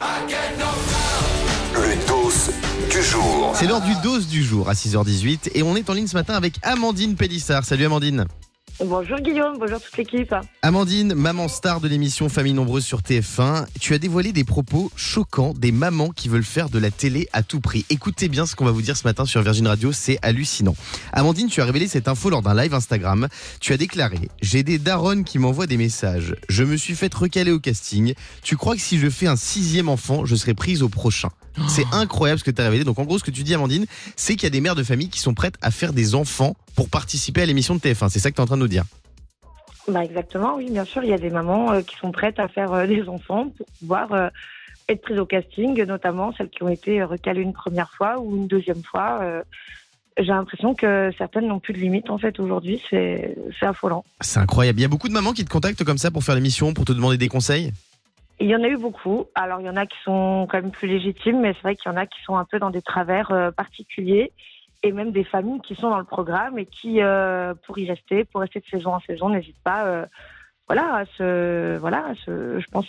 Le dos du jour. C'est l'heure du dose du jour à 6h18 et on est en ligne ce matin avec Amandine Pélissard. Salut Amandine. Bonjour Guillaume, bonjour toute l'équipe. Amandine, maman star de l'émission Famille Nombreuse sur TF1, tu as dévoilé des propos choquants des mamans qui veulent faire de la télé à tout prix. Écoutez bien ce qu'on va vous dire ce matin sur Virgin Radio, c'est hallucinant. Amandine, tu as révélé cette info lors d'un live Instagram. Tu as déclaré « J'ai des darons qui m'envoient des messages. Je me suis fait recaler au casting. Tu crois que si je fais un 6e enfant, je serai prise au prochain ?» C'est incroyable ce que tu as révélé. Donc en gros, ce que tu dis Amandine, c'est qu'il y a des mères de famille qui sont prêtes à faire des enfants pour participer à l'émission de TF1. C'est ça que tu es en train de nous dire? Bah exactement, oui, bien sûr, il y a des mamans qui sont prêtes à faire des enfants pour pouvoir être prises au casting, notamment celles qui ont été recalées une première fois ou une deuxième fois. J'ai l'impression que certaines n'ont plus de limite en fait aujourd'hui, c'est affolant. C'est incroyable. Il y a beaucoup de mamans qui te contactent comme ça pour faire l'émission, pour te demander des conseils? Il y en a eu beaucoup. Alors il y en a qui sont quand même plus légitimes, mais c'est vrai qu'il y en a qui sont un peu dans des travers particuliers. Et même des familles qui sont dans le programme et qui, pour rester de saison en saison, n'hésitent pas, je pense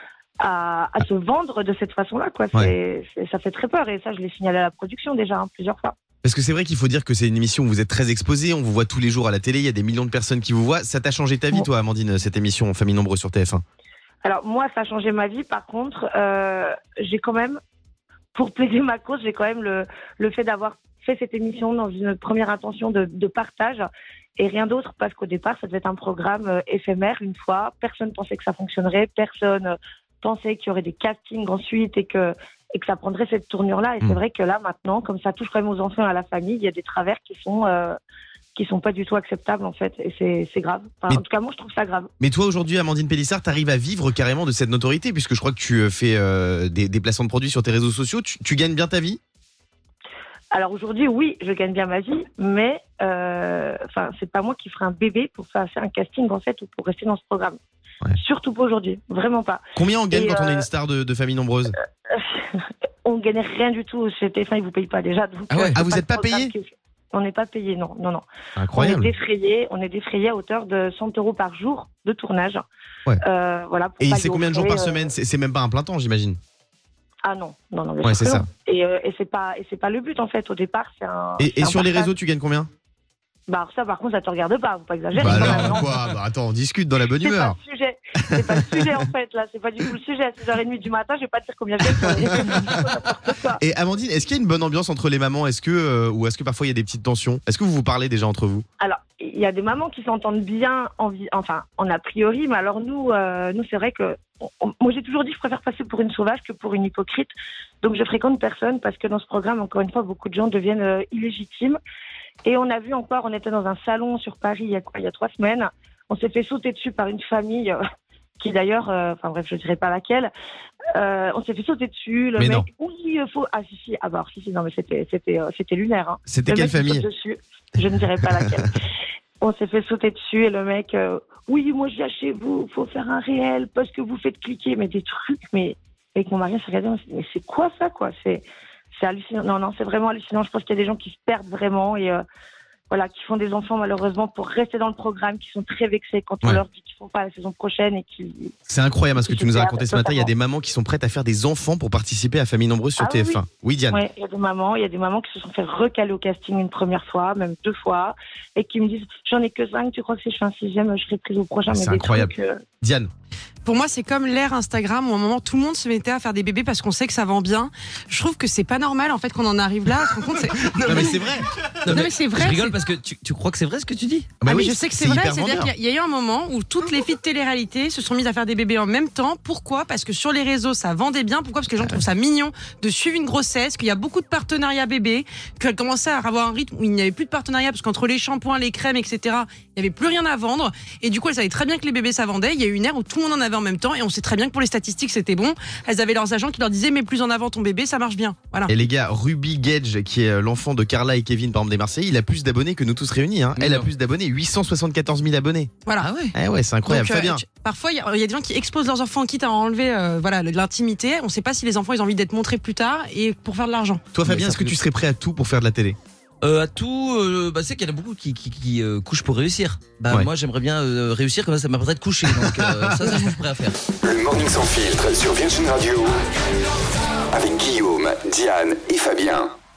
à se vendre de cette façon-là, quoi. Ouais. Ça fait très peur et ça, je l'ai signalé à la production déjà plusieurs fois. Parce que c'est vrai qu'il faut dire que c'est une émission où vous êtes très exposés, on vous voit tous les jours à la télé, il y a des millions de personnes qui vous voient. Ça t'a changé ta vie, toi, Amandine, cette émission Famille Nombreuse sur TF1? Alors moi, ça a changé ma vie. Par contre, j'ai quand même, pour plaider ma cause, j'ai quand même le fait d'avoir fait cette émission dans une première intention de partage et rien d'autre, parce qu'au départ ça devait être un programme éphémère une fois, personne pensait que ça fonctionnerait, personne pensait qu'il y aurait des castings ensuite et que ça prendrait cette tournure-là. Et c'est vrai que là maintenant, comme ça touche quand même aux enfants et à la famille, il y a des travers qui sont pas du tout acceptables en fait, et c'est grave. Enfin, en tout cas moi je trouve ça grave. Mais toi aujourd'hui Amandine Pélissard, t'arrives à vivre carrément de cette notoriété, puisque je crois que tu fais des placements de produits sur tes réseaux sociaux, tu gagnes bien ta vie? Alors aujourd'hui, oui, je gagne bien ma vie, mais c'est pas moi qui ferai un bébé pour faire un casting en fait ou pour rester dans ce programme. Ouais. Surtout pas aujourd'hui, vraiment pas. Combien on gagne quand on est une star de Famille Nombreuse? On gagne rien du tout. Chez TF1, ils vous payent pas déjà. Donc, vous n'êtes pas payé? On n'est pas payé, non. Incroyable. On est défrayé à hauteur de 100 € par jour de tournage. Ouais. Voilà. Et c'est combien de jours par semaine? C'est même pas un plein temps, j'imagine. Ah non. Ouais, c'est ça. Et c'est pas le but en fait. Au départ, c'est un. Et sur les réseaux, tu gagnes combien? Bah ça, par contre, ça te regarde pas. Faut pas exagérer. Bah alors quoi? Bah attends, on discute dans la bonne humeur. C'est pas le sujet en fait. Là, c'est pas du tout le sujet. À 6h30 du matin, je vais pas te dire combien je gagne. Et Amandine, est-ce qu'il y a une bonne ambiance entre les mamans? Ou est-ce que parfois il y a des petites tensions? Est-ce que vous vous parlez déjà entre vous? Alors, il y a des mamans qui s'entendent bien, en a priori, mais alors nous c'est vrai que moi j'ai toujours dit que je préfère passer pour une sauvage que pour une hypocrite. Donc je fréquente personne parce que dans ce programme, encore une fois, beaucoup de gens deviennent illégitimes. Et on a vu encore, on était dans un salon sur Paris il y a 3 semaines, on s'est fait sauter dessus par une famille qui d'ailleurs, je dirais pas laquelle, on s'est fait sauter dessus, le mais mec, non. oui, il faut, non mais c'était lunaire. Hein. C'était quelle famille? Dessus, je ne dirais pas laquelle. On s'est fait sauter dessus et le mec, oui, moi je viens chez vous, faut faire un réel parce que vous faites cliquer, mais des trucs, mais avec mon mari on s'est regardé, mais c'est quoi ça quoi? C'est hallucinant. Non, c'est vraiment hallucinant. Je pense qu'il y a des gens qui se perdent vraiment et qui font des enfants malheureusement pour rester dans le programme, qui sont très vexés quand on leur dit qu'ils ne font pas la saison prochaine et qui. C'est incroyable ce que tu nous as raconté ce matin. Il y a des mamans qui sont prêtes à faire des enfants pour participer à Famille Nombreuse sur TF1. Oui, Diane. Oui, il y a des mamans qui se sont fait recaler au casting une première fois, même 2 fois, et qui me disent j'en ai que 5, tu crois que si je fais un 6e, je serai prise au prochain? C'est incroyable. Diane. Pour moi, c'est comme l'ère Instagram où à un moment tout le monde se mettait à faire des bébés parce qu'on sait que ça vend bien. Je trouve que c'est pas normal en fait qu'on en arrive là. Non mais c'est vrai. Non mais c'est vrai. Je rigole parce que tu crois que c'est vrai ce que tu dis? Bah oui, je sais que c'est vrai. C'est-à-dire qu'il y a eu un moment où toutes les filles de télé-réalité se sont mises à faire des bébés en même temps. Pourquoi? Parce que sur les réseaux ça vendait bien. Pourquoi? Parce que les gens trouvent ça mignon de suivre une grossesse, qu'il y a beaucoup de partenariats bébés, qu'elles commençaient à avoir un rythme où il n'y avait plus de partenariat parce qu'entre les shampoings, les crèmes, etc. Il n'y avait plus rien à vendre. Et du coup, elles savaient très bien que les bébés ça vendait. Il y a eu une ère où tout le monde en avait en même temps et on sait très bien que pour les statistiques c'était bon. Elles avaient leurs agents qui leur disaient mets plus en avant ton bébé, ça marche bien. Voilà. Et les gars, Ruby Gage, qui est l'enfant de Carla et Kevin par exemple des Marseillais, il a plus d'abonnés que nous tous réunis. Hein. Elle a plus d'abonnés, 874 000 abonnés. Voilà. Ah ouais. Eh ouais, c'est incroyable. Fabien. Parfois, il y a des gens qui exposent leurs enfants quitte à enlever de l'intimité. On ne sait pas si les enfants ils ont envie d'être montrés plus tard et pour faire de l'argent. Toi, Fabien, est-ce que tu serais prêt à tout pour faire de la télé? À tout, c'est qu'il y en a beaucoup qui couchent pour réussir. Ouais. Moi j'aimerais bien réussir, comme ça m'apprendrait de coucher. Donc ça je suis prêt à faire. Le Morning Sans Filtre sur Virgin Radio avec Guillaume, Diane et Fabien.